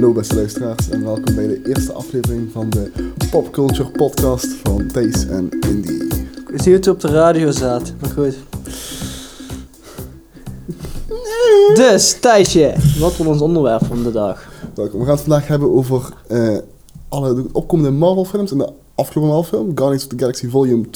Hallo beste luisteraars en welkom bij de eerste aflevering van de Popculture Podcast van Thijs en Indy. Ik zie dat je op de radio zat, maar goed. Dus, Thijsje, wat wordt ons onderwerp van de dag? Welkom, we gaan het vandaag hebben over alle opkomende Marvel films en de afgelopen Marvel film, Guardians of the Galaxy Volume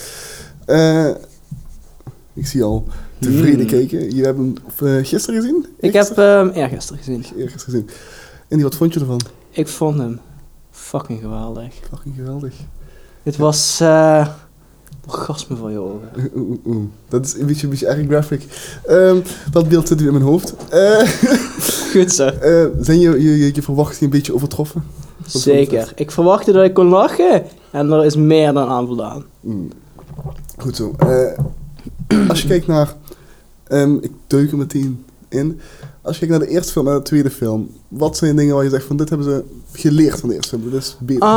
2. Ik zie al tevreden kijken. Je hebt hem gisteren gezien? Ik heb hem eergisteren gezien. Eergisteren gezien. Indy, wat vond je ervan? Ik vond hem fucking geweldig. Fucking geweldig. Het was orgasme van je ogen. Dat is een beetje erg graphic. Dat beeld zit weer in mijn hoofd. Goed zo. Zijn je verwachtingen een beetje overtroffen? Zeker. Ik verwachtte dat ik kon lachen en er is meer dan aan voldaan. Goed zo. Als je kijkt naar... ik duik er meteen in. Als je kijkt naar de eerste film en de tweede film, wat zijn dingen waar je zegt van dit hebben ze geleerd van de eerste film? Dit is beter.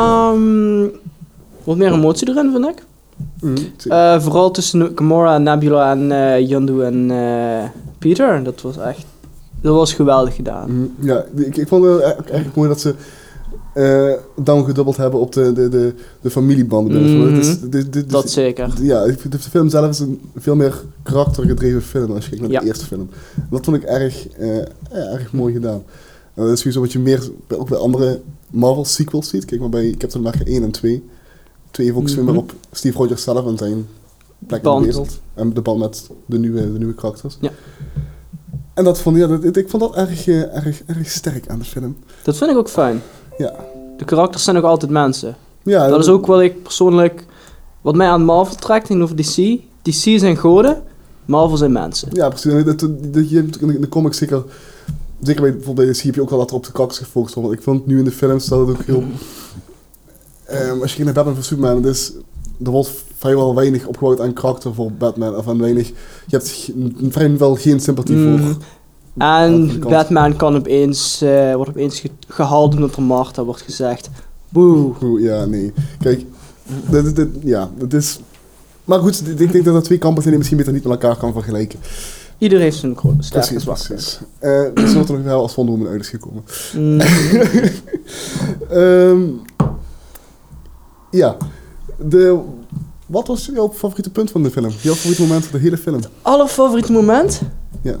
Wat meer emotie erin, vind ik. Vooral tussen Gamora, Nebula en Yondu en Peter. Dat was geweldig gedaan. Ja, ik vond het eigenlijk mooi dat ze down gedubbeld hebben op de familiebanden. Dat zeker. Ja, de film zelf is een veel meer karaktergedreven film als je kijkt naar de eerste film. Dat vond ik erg mooi gedaan. Dat is sowieso wat je meer ook bij andere Marvel sequels ziet. Kijk maar bij Captain America 1 en 2. 2 heeft ook veel meer op Steve Rogers zelf en zijn plek in de wereld. En de band met de nieuwe karakters. Ja. En dat ik vond dat erg sterk aan de film. Dat vind ik ook fijn. Ja. De karakters zijn ook altijd mensen. Ja, dat is ook wat ik persoonlijk... Wat mij aan Marvel trekt tegenover DC. DC zijn goden, Marvel zijn mensen. Ja, precies. Je hebt in de comics zeker bij bijvoorbeeld DC heb je ook wel dat er op de karakters gefocust wordt. Ik vond nu in de films dat het ook heel... als je kijkt naar Batman vs Superman, er wordt vrijwel weinig opgebouwd aan karakter voor Batman. Of aan weinig... Je hebt vrijwel geen sympathie voor... En Batman kan wordt opeens gehaald omdat er Martha wordt gezegd. Boe. Ja, nee. Kijk, dat is... Maar goed, ik denk dat er twee kampen zijn die misschien beter niet met elkaar kan vergelijken. Ieder heeft zijn sterke en zwakke. Precies. We zullen er nog wel als Wonder Woman uit is gekomen. Ja. Wat was jouw favoriete punt van de film? Jouw favoriete moment van de hele film? Het allerfavoriete moment? Ja.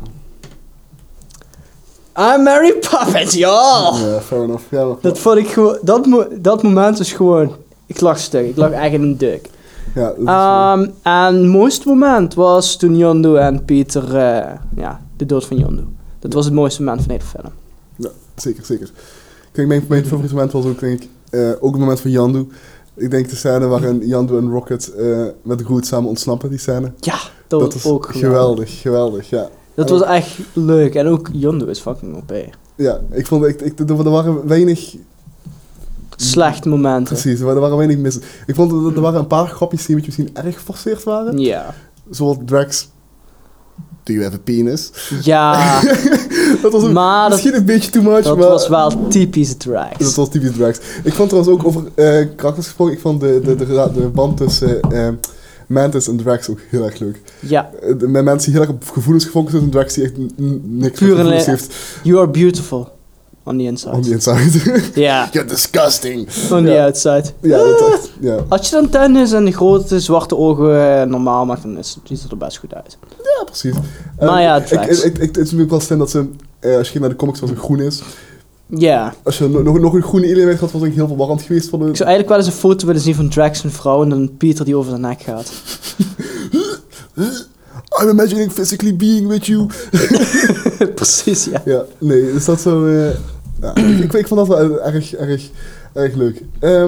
I'm Mary Poppins, y'all! Ja, fair enough. Ja, dat vond ik gewoon... Dat moment is gewoon... Ik lag stuk. Ik lag echt in een deuk. Ja, en het mooiste moment was toen Yondu en Peter... de dood van Yondu. Dat was het mooiste moment van de hele film. Ja, zeker. Kijk, mijn favoriete moment was ook, denk ik... ook het moment van Yondu. Ik denk de scène waarin Yondu en Rocket met Groot samen ontsnappen, die scène. Ja, dat was ook geweldig, ja. Dat was echt leuk. En ook Yondu is fucking OP. Ja, ik vond... er waren weinig... Slechte momenten. Precies, er waren weinig missen. Ik vond er waren een paar grapjes die misschien erg geforceerd waren. Ja. Zoals Drax... Do you have a penis? Ja. Dat was misschien een beetje too much, dat maar... was wel typisch Drax. Dat was typisch Drax. Ik vond trouwens ook over karakters gesproken, ik vond de band tussen Mantis en Drax ook heel erg leuk. Ja. Met mensen die heel erg op gevoelens gefocust zijn en Drax die echt niks Puur gevoelens heeft. You are beautiful. On the inside. On the inside. Ja. You're disgusting. On the outside. Ja, dat echt. Ja. Als je dan tennis en die grote zwarte ogen normaal maakt, dan ziet het er best goed uit. Ja, precies. Maar ja, Drax. Het is natuurlijk wel slim dat ze, als je naar de comics was, een groen is. Ja. Als je nog een groene alien had, was ik heel verwarrend geweest. Ik zou eigenlijk wel eens een foto willen zien van Drax en vrouw en dan Peter die over zijn nek gaat. I'm imagining physically being with you. Precies, ja. Ja, nee, dus dat zo... ik vond dat wel erg leuk.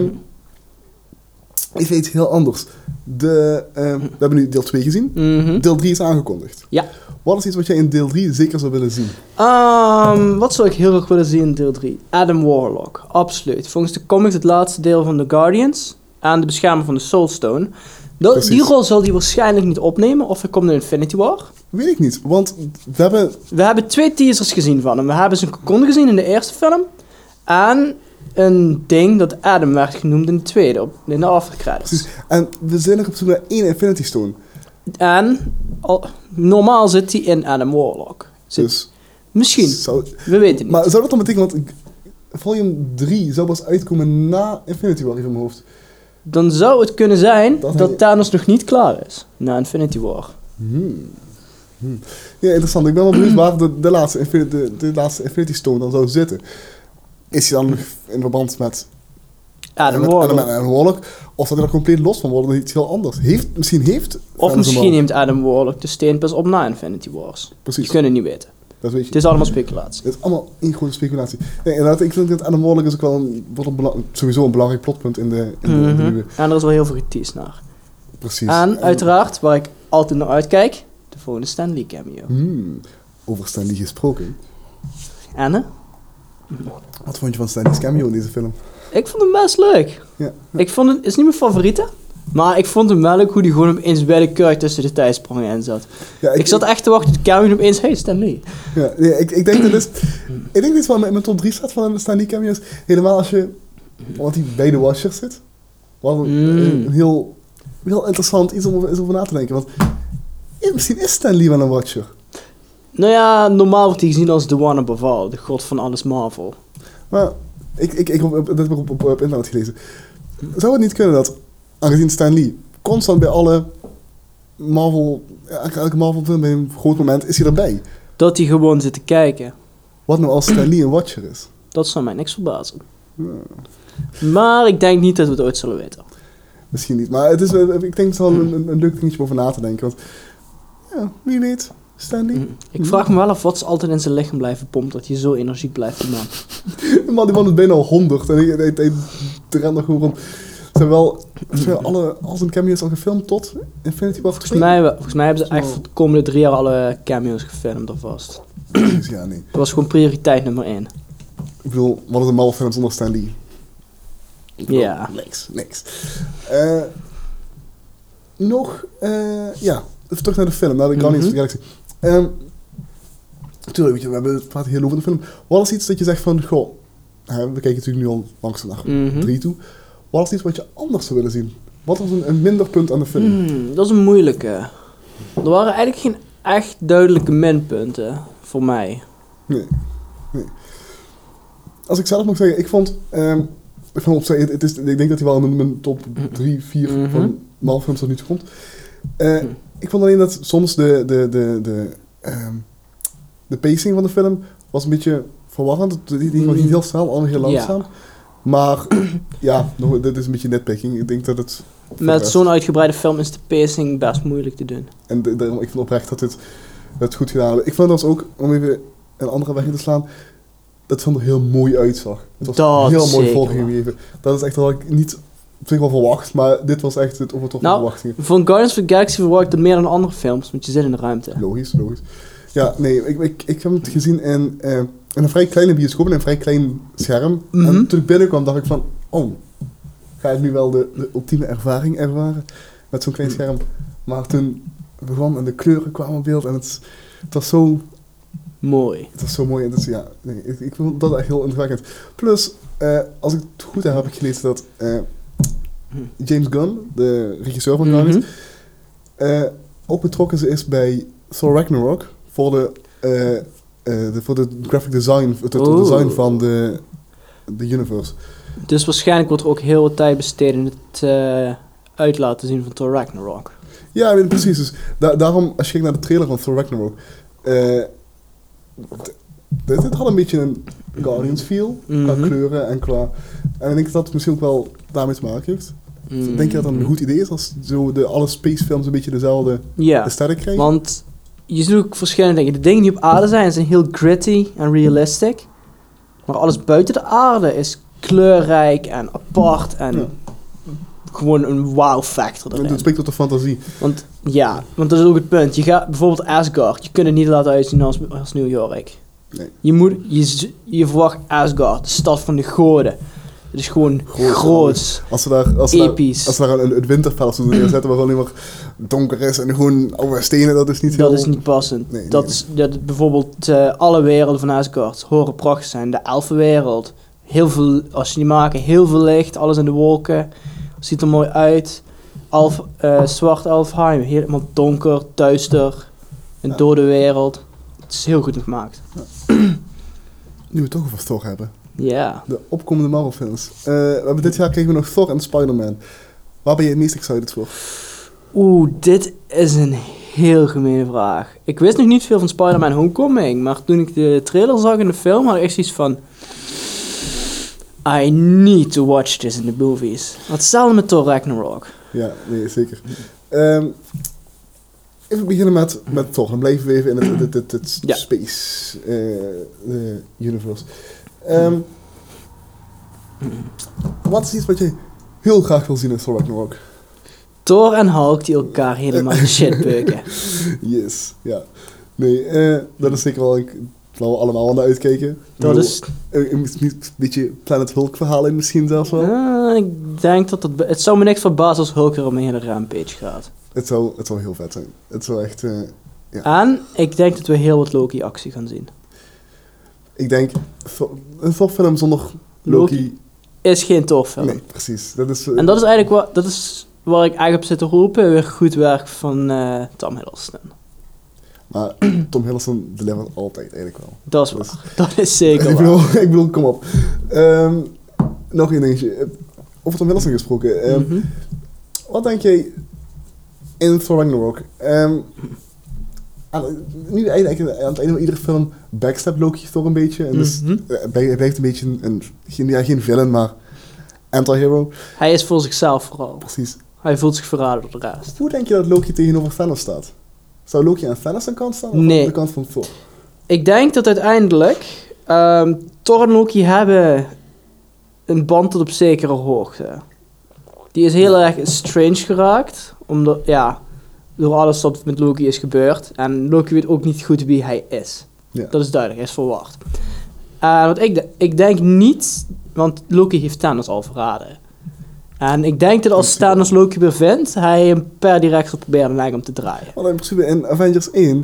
Even iets heel anders. We hebben nu deel 2 gezien. Deel 3 is aangekondigd. Ja. Wat is iets wat jij in deel 3 zeker zou willen zien? Wat zou ik heel erg willen zien in deel 3? Adam Warlock, absoluut. Volgens de comics het laatste deel van The Guardians en de beschermer van de Soul Stone. Die rol zal hij waarschijnlijk niet opnemen, of hij komt in Infinity War. Weet ik niet, want we hebben 2 teasers gezien van hem. We hebben zijn cocon gezien in de eerste film. En een ding dat Adam werd genoemd in de tweede, in de aftercredits. Precies, en we zijn nog op zoek naar 1 Infinity Stone. En normaal zit hij in Adam Warlock. Dus... Misschien, we weten het niet. Maar zou dat dan betekenen, want volume 3 zou pas uitkomen na Infinity War in mijn hoofd. Dan zou het kunnen zijn dat Thanos nog niet klaar is na Infinity War. Ja, interessant. Ik ben wel benieuwd waar de laatste Infinity Stone dan zou zitten. Is hij dan nog in verband met Adam Warlock? Of zou hij er compleet los van worden? Iets heel anders. Misschien neemt Adam Warlock de steen pas op na Infinity Wars. Precies. Je kunt het niet weten. Dat weet je. Het is allemaal speculatie. Het is allemaal één grote speculatie. Nee, inderdaad, ik vind dat Adam Warlock is ook wel sowieso een belangrijk plotpunt in de nieuwe. En er is wel heel veel geteased naar. Precies. En uiteraard, waar ik altijd naar uitkijk, de volgende Stan Lee cameo. Over Stan Lee gesproken. Anne? Wat vond je van Stan Lee's cameo in deze film? Ik vond hem best leuk. Ja. Ik vond het, is niet mijn favoriete, maar ik vond hem wel leuk hoe hij gewoon opeens bij de kuit tussen de tijdsprongen in zat. Ja, ik zat echt te wachten op de cameo en opeens, hey, Stan Lee. Ja, nee, ik denk dat dit wel in mijn top 3 staat van de Stan Lee cameo's. Helemaal als je, want hij bij de Watchers zit. Wat een heel interessant iets om over na te denken. Want misschien is Stan Lee wel een Watcher. Nou ja, normaal wordt hij gezien als the one above all, de god van alles Marvel. Maar dat heb ik op internet gelezen. Zou het niet kunnen dat, aangezien Stan Lee constant bij elke Marvel film bij een groot moment is hij erbij? Dat hij gewoon zit te kijken. Wat nou als Stan Lee een Watcher is? Dat zou mij niks verbazen. Ja. Maar ik denk niet dat we het ooit zullen weten. Misschien niet, maar ik denk het is wel een leuk dingetje om over na te denken. Want ja, wie weet, Stan Lee. Ik vraag me wel af wat ze altijd in zijn lichaam blijven pompen, dat hij zo energiek blijft, die man. Die man is bijna al 100 en hij rent nog gewoon rond. Al zijn cameo's al gefilmd tot Infinity War 2? Volgens mij hebben ze echt voor de komende 3 jaar alle cameo's gefilmd alvast. Ja, nee. Dat was gewoon prioriteit nummer 1. Ik bedoel, wat is een Marvel film zonder Stan Lee? Ja. Niks. Even terug naar de film, naar de Guardians of the Galaxy. Natuurlijk, we hebben het praten heel over de film. Wat is iets dat je zegt van, goh, we kijken natuurlijk nu al langzaam naar 3 toe. Wat is iets wat je anders zou willen zien? Wat was een minder punt aan de film? Dat is een moeilijke. Er waren eigenlijk geen echt duidelijke minpunten voor mij. Nee. Als ik zelf mag zeggen, ik vond... ik denk dat hij wel in mijn top 3, 4 van Marvel films tot nu toe komt. Ik vond alleen dat soms de pacing van de film was een beetje verwarrend. Die ging niet heel snel, allemaal heel langzaam. Ja. Maar dit is een beetje nitpicking. Ik denk dat het... Met zo'n uitgebreide film is de pacing best moeilijk te doen. En ik vind oprecht dat het goed gedaan hebben. Ik vond dat ook, om even een andere weg in te slaan, dat het film er heel mooi uitzag. Het was heel mooi vormgegeven. Dat is echt wat ik niet op zich wel verwacht, maar dit was echt het overtroffen verwachtingen. Van Guardians of the Galaxy verwacht ik het meer dan andere films, want je zit in de ruimte. Logisch. Ja, nee, ik heb het gezien in een vrij kleine bioscoop en een vrij klein scherm. En toen ik binnenkwam dacht ik van, ga ik nu wel de ultieme ervaring ervaren met zo'n klein scherm. Maar toen begon en de kleuren kwamen op beeld en het was zo... mooi. Het was zo mooi. En dus, ik vond dat echt heel indrukwekkend. Plus, als ik het goed heb ik gelezen dat James Gunn, de regisseur van Guardians, ook betrokken is bij Thor Ragnarok voor de graphic design, het design van de universe. Dus waarschijnlijk wordt er ook heel wat tijd besteed in het uit laten zien van Thor Ragnarok. Ja, precies. Dus daarom, als je kijkt naar de trailer van Thor Ragnarok, dit had een beetje een Guardians feel, qua kleuren en qua... En ik denk dat dat misschien ook wel daarmee te maken heeft. Denk je dat dat een goed idee is, als alle spacefilms een beetje dezelfde aesthetic krijgen? Want je ziet ook verschillende dingen. De dingen die op aarde zijn heel gritty en realistic. Maar alles buiten de aarde is kleurrijk en apart en gewoon een wow factor erin. Dat spreekt tot de fantasie. Want dat is ook het punt. Je gaat bijvoorbeeld Asgard, je kunt het niet laten uitzien als New York. Nee. Je verwacht Asgard, de stad van de goden. Het is gewoon groot, episch. Als we daar een Winterfell zo neerzetten waar alleen maar donker is en gewoon oude stenen, dat is niet heel... Dat is niet passend. Nee. Dat bijvoorbeeld alle werelden van Asgard horen prachtig zijn. De elfenwereld, heel veel, als je die maken, heel veel licht, alles in de wolken. Ziet er mooi uit. Zwart Alfheim, helemaal donker, duister, een dode wereld. Het is heel goed gemaakt. Nu we het toch over Thor hebben. Ja. De opkomende Marvel films. We hebben dit jaar kregen we nog Thor en Spider-Man. Waar ben je het meest excited voor? Dit is een heel gemene vraag. Ik wist nog niet veel van Spider-Man Homecoming, maar toen ik de trailer zag in de film, had ik echt zoiets van... I need to watch this in the movies. Hetzelfde met Thor Ragnarok. Ja, nee, zeker. Even beginnen met Thor. Dan blijven we even in het space universe. Wat is iets wat je heel graag wil zien in Thor Ragnarok? Thor en Hulk die elkaar helemaal de shit beuken. Yes, ja. Nee, dat is zeker wel waar we allemaal aan uitkijken. Dat is... Een beetje Planet Hulk verhaal in misschien zelfs wel. Ik denk dat het zou me niks verbazen als Hulk er omheen een rampage gaat. Het zou heel vet zijn. Het zou echt... ja. En ik denk dat we heel wat Loki-actie gaan zien. Ik denk, een Thor-film zonder Loki... is geen Thor-film. Nee, precies. Dat is, en dat is eigenlijk waar ik eigenlijk op zit te roepen. Weer goed werk van Tom Hiddleston. Maar Tom Hiddleston delivert altijd eigenlijk wel. Dat is waar. Dat is zeker waar. Ik bedoel, kom op. Nog één dingetje. Over Tom Hiddleston gesproken. Wat denk jij in Thor Ragnarok? Nu eigenlijk aan het einde van iedere film backstab Loki Thor een beetje. En dus hij blijft een beetje geen villain, maar anti-hero. Hij is voor zichzelf vooral. Precies. Hij voelt zich verraden door de rest. Hoe denk je dat Loki tegenover Thanos staat? Zou Loki aan Thanos' kant staan of aan de kant van Thor? Ik denk dat uiteindelijk Thor en Loki hebben een band tot op zekere hoogte. Die is heel erg strange geraakt, omdat, door alles wat met Loki is gebeurd. En Loki weet ook niet goed wie hij is. Ja. Dat is duidelijk, hij is verward. Want ik denk niet, want Loki heeft Thanos al verraden. En ik denk dat als Thanos Loki weer vindt, hij hem per direct gaat proberen nek om te draaien. Want in principe in Avengers 1...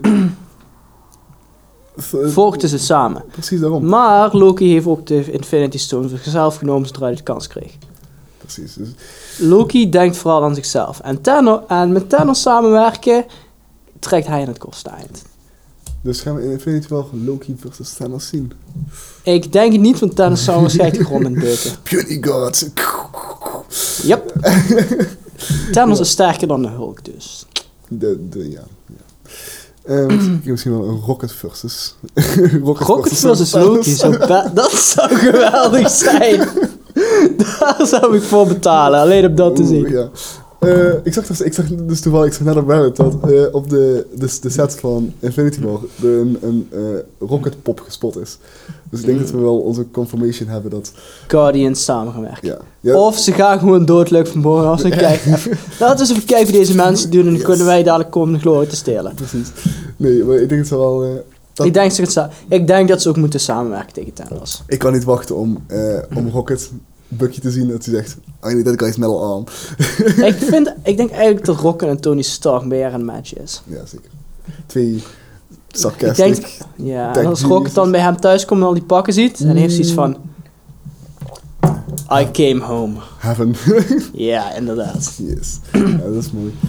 vochten ze samen. Precies daarom. Maar Loki heeft ook de Infinity Stone voor zichzelf genomen zodra hij de kans kreeg. Precies. Dus... Loki denkt vooral aan zichzelf. En met Thanos samenwerken trekt hij in het kortste eind. Dus gaan we in Infinity wel Loki versus Thanos zien? Ik denk het niet, want Thanos zou waarschijnlijk de grond in beuken. Puny God. Yep. Thanos is sterker dan de Hulk, dus. Ja. Misschien wel een Rocket versus... Rocket versus Loki, dat zou geweldig zijn. Daar zou ik voor betalen, alleen om dat te zien. Ja. Ik zag dus toevallig net op Reddit dat op de set van Infinity War een Rocket Pop gespot is. Dus ik denk dat we wel onze confirmation hebben dat... Guardians samen gaan werken. Ja. Ja. Of ze gaan gewoon doodleuk van boven af en kijken. Laten we eens even kijken wie deze mensen doen en dan kunnen wij dadelijk komen de glorie te stelen. Precies. Nee, maar ik denk dat ze wel... Ik denk dat ze ook moeten samenwerken tegen Thanos. Ik kan niet wachten om Rocket Bucky te zien dat hij zegt, I need that guy's metal arm. Ik denk eigenlijk dat Rocket en Tony Stark meer een match is. Ja, zeker. Twee sarcastic. En als Rocket dan bij hem thuis komt en al die pakken ziet, en heeft zoiets van... I came home. Heaven. Ja, inderdaad. Yes. Ja, dat is mooi.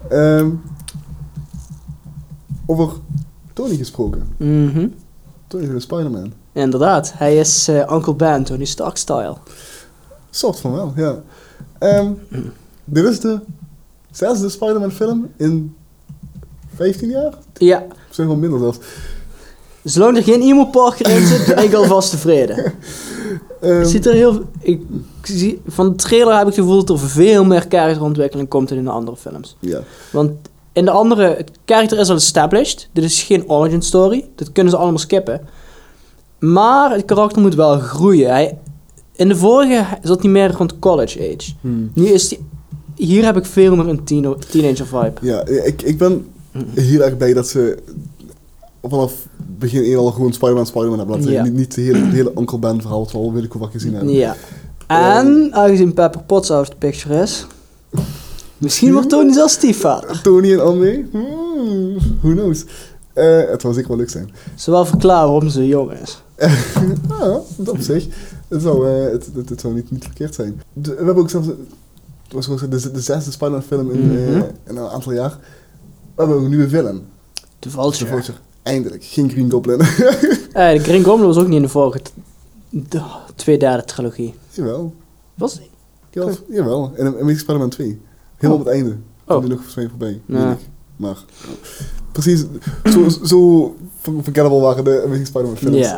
Over Tony gesproken. Tony is Spider-Man. Inderdaad. Hij is Uncle Ben, Tony Stark style. Soort van wel, ja. Dit is de 6e Spider-Man film in 15 jaar? Ja. Misschien wel minder zelfs. Zolang er geen Emo Parker in zit, ben ik alvast tevreden. Ziet er heel... van de trailer heb ik het gevoel dat er veel meer karakterontwikkeling komt dan in de andere films. Ja. Want in de andere... Het karakter is al established. Dit is geen origin story. Dat kunnen ze allemaal skippen. Maar het karakter moet wel groeien. In de vorige zat hij meer rond college age. Nu is hij... Hier heb ik veel meer een teenager vibe. Ja, ik ben heel erg blij dat ze vanaf begin 1 al gewoon Spider-Man hebben laten zien. Niet de hele Uncle Ben verhaal wat we al weet ik wat gezien hebben. Ja. En aangezien Pepper Potts out of the picture is... Misschien wordt Tony zelfs stiefvader. Tony en Anne? Who knows? Het zou zeker wel leuk zijn. Ze wel verklaren waarom ze jong is. Dat op zich. Het zou niet verkeerd zijn. We hebben ook zelfs... Het was de 6e Spider-Man film in een aantal jaar. We hebben een nieuwe villain. De Vulture. Eindelijk. Geen Green Goblin. De Green Goblin was ook niet in de vorige De 2/3 trilogie. Jawel. Was die? Jawel. En Amazing Spider-Man 2. Helemaal op het einde. Toen die nog voorbij. Ja. Maar precies, zo forgettable waren de Amazing Spider-Man films. Ja.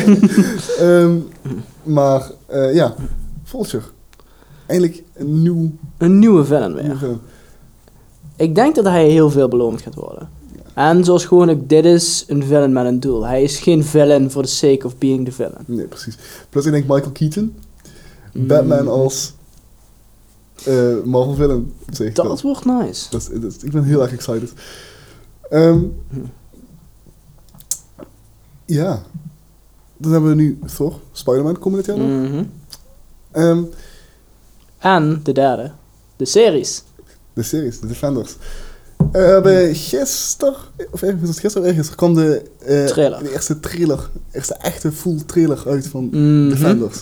Maar ja, Vulture. Eindelijk een nieuwe villain weer. Ik denk dat hij heel veel beloond gaat worden. Ja. En zoals gewoonlijk, dit is een villain met een doel. Hij is geen villain for the sake of being the villain. Nee, precies. Plus ik denk Michael Keaton. Batman als Marvel villain. Dat wordt nice. Ik ben heel erg excited. Ja. Dan hebben we nu Thor, Spider-Man komen dit jaar nog. Mm-hmm. En de derde. De series, de Defenders. We hebben gisteren kwam de trailer. De eerste echte full trailer uit van Defenders.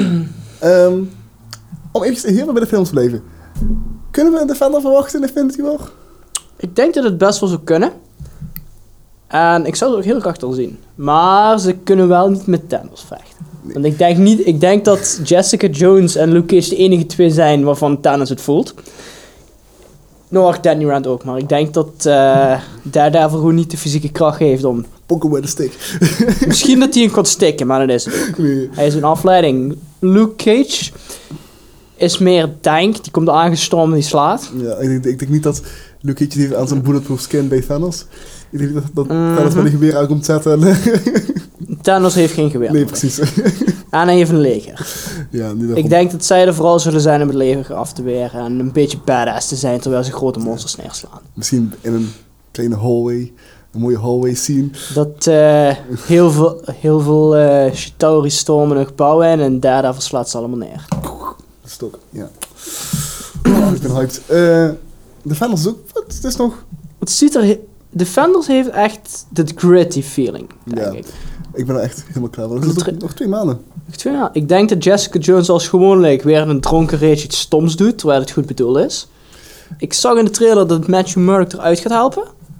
Om even heel bij de films te blijven. Kunnen we een Defender verwachten in Infinity War? Ik denk dat het best wel zou kunnen. En ik zou het ook heel graag al zien. Maar ze kunnen wel niet met Thanos vechten. Nee. Want ik denk dat Jessica Jones en Luke Cage de enige twee zijn waarvan Thanos het voelt. Nou, Danny Rand ook, maar ik denk dat Daredevil gewoon niet de fysieke kracht heeft om... Pokken met de stick. Misschien dat hij hem kan stikken, maar dat is het ook. Nee. Hij is een afleiding. Luke Cage is meer tank, die komt aangestormd en die slaat. Ja, ik denk niet dat Luke Cage heeft aan zijn bulletproof skin bij Thanos. Ik denk dat Thanos met een geweer uit komt zetten. Thanos heeft geen geweer. Nee, precies. En hij heeft een leger. Ja, ik denk dat zij er vooral zullen zijn om het leger af te weren en een beetje badass te zijn terwijl ze grote monsters neerslaan. Misschien in een kleine hallway, een mooie hallway scene. Dat heel veel Chitauri stormen een gebouw in en daarna verslaat ze allemaal neer. Stok, ja. Ik ben hyped. Defenders ook, het is nog... Het ziet er... Defenders heeft echt dat gritty feeling, denk ik. Ik ben er echt helemaal klaar voor. Nog 2 maanden. Ik denk dat Jessica Jones als gewoonlijk weer een dronken rage iets stoms doet, terwijl het goed bedoeld is. Ik zag in de trailer dat Matthew Murdock eruit gaat helpen.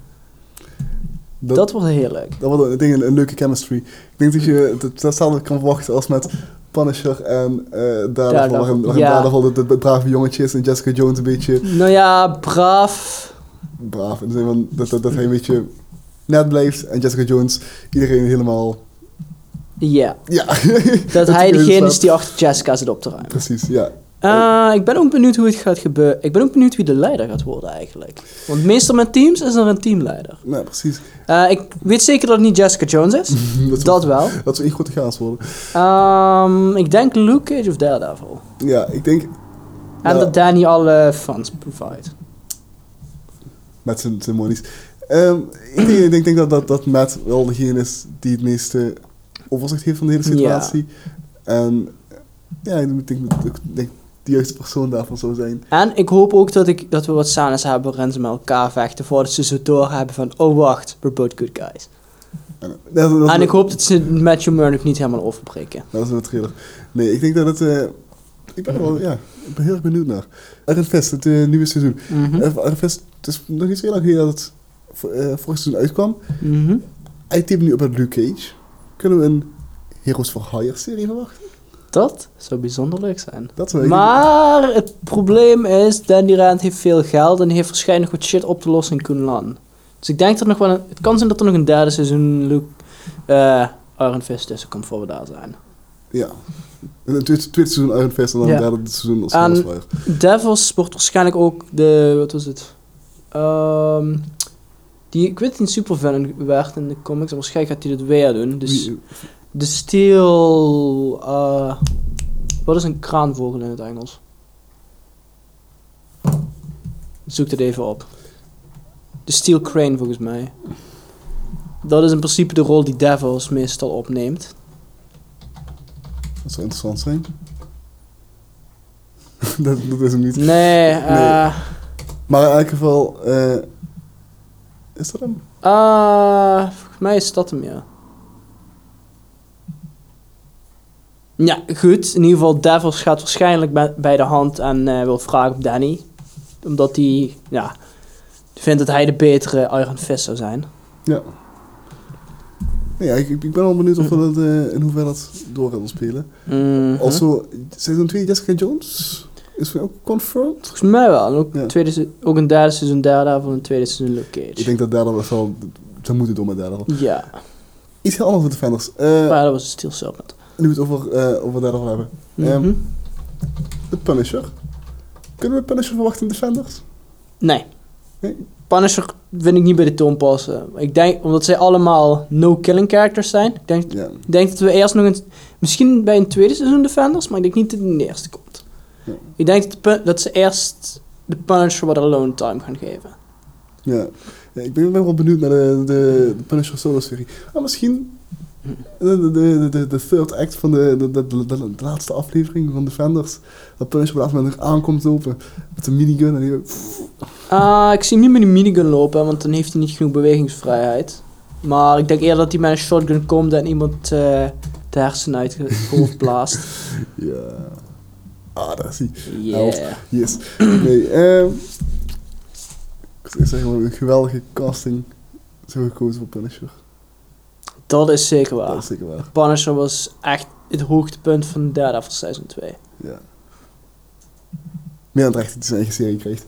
Dat wordt heel leuk. Dat wordt een leuke chemistry. Ik denk dat je hetzelfde kan verwachten als met Punisher en Daredevil. Daredevil de brave jongetje is en Jessica Jones een beetje... Nou ja, braaf, in de zin van dat hij een beetje net blijft en Jessica Jones iedereen helemaal... Ja. Ja. Dat hij degene is die achter Jessica zit op te ruimen. Precies, ja. Ik ben ook benieuwd hoe het gaat gebeuren. Ik ben ook benieuwd wie de leider gaat worden eigenlijk. Want meestal met teams is er een teamleider. Ja, precies. Ik weet zeker dat het niet Jessica Jones is. dat wel. Dat zou echt goed te gaas worden. Ik denk Luke Cage of Daredevil. Ja, ik denk... En dat Danny alle fans provide. Met zijn monies. Ik denk dat Matt wel degene is die het meeste overzicht heeft van de hele situatie. Ja. En ja, ik denk de juiste persoon daarvoor zou zijn. En ik hoop ook dat we wat scènes hebben waarin ze met elkaar vechten voordat ze zo doorhebben van, oh wacht, we're both good guys. En ik hoop dat ze Matthew Murdock niet helemaal overbreken. Dat is een trailer. Nee, ik denk dat het... Ik ben heel erg benieuwd naar. Iron Fist, het nieuwe seizoen. Iron Fist, het is nog niet zo lang geleden dat het vorig seizoen uitkwam. Hij typt nu op met Luke Cage. Kunnen we een Heroes for Hire serie verwachten? Dat zou bijzonder leuk zijn. Maar het probleem is, Danny Rand heeft veel geld en heeft waarschijnlijk wat shit op te lossen in Kunlan. Dus ik denk dat nog wel het kan zijn dat er nog een derde seizoen Iron Fist tussen komt voor we daar zijn. Ja. Een tweede seizoen Iron Fist en dan een derde seizoen als Crossfire. Devils wordt waarschijnlijk ook wat was het? Ik weet dat hij een supervillain werd in de comics en waarschijnlijk gaat hij dit weer doen. Dus de Steel... wat is een kraanvogel in het Engels? Zoek het even op. De Steel Crane volgens mij. Dat is in principe de rol die Devils meestal opneemt. Dat zou interessant zijn. dat is hem niet. Nee. Maar in elk geval... is dat hem? Volgens mij is dat hem, ja. Ja, goed. In ieder geval, Devils gaat waarschijnlijk bij de hand en wil vragen op Danny. Omdat hij, vindt dat hij de betere Iron Fist zou zijn. Ja. Ja, ik ben wel benieuwd of we dat, in hoeverre dat door gaan spelen. Also, seizoen 2 Jessica Jones is ook confirmed? Volgens mij wel. En ook een derde seizoen Daredevil en een tweede seizoen Luke Cage. Ik denk dat Daredevil wel... Ze moeten door met Daredevil. Ja. Iets heel anders voor Defenders. Maar dat was een Steel Serpent. Nu we het over Daredevil hebben. De Punisher. Kunnen we Punisher verwachten in Defenders? Nee. Punisher vind ik niet bij de toon passen. Ik denk, omdat zij allemaal no-killing characters zijn. Ik denk dat we eerst nog misschien bij een tweede seizoen Defenders, maar ik denk niet dat het in de eerste komt. Ja. Ik denk dat ze eerst de Punisher wat alone time gaan geven. Ja, ik ben wel benieuwd naar de Punisher solo-serie. Maar misschien de third act van de laatste aflevering van Defenders. Dat Punisher op dat moment nog aankomt lopen met een minigun. En ik zie hem niet met een minigun lopen, want dan heeft hij niet genoeg bewegingsvrijheid. Maar ik denk eerder dat hij met een shotgun komt en iemand de hersenen uit het hoofd blaast. Ja. Daar is hij. Yeah. Yes. Nee, ik zou zeggen, een geweldige casting zo gekozen voor Punisher. Dat is zeker waar. Dat is zeker waar. Punisher was echt het hoogtepunt van Daredevil seizoen 2. Ja. Meer dan terecht dat hij zijn eigen serie krijgt.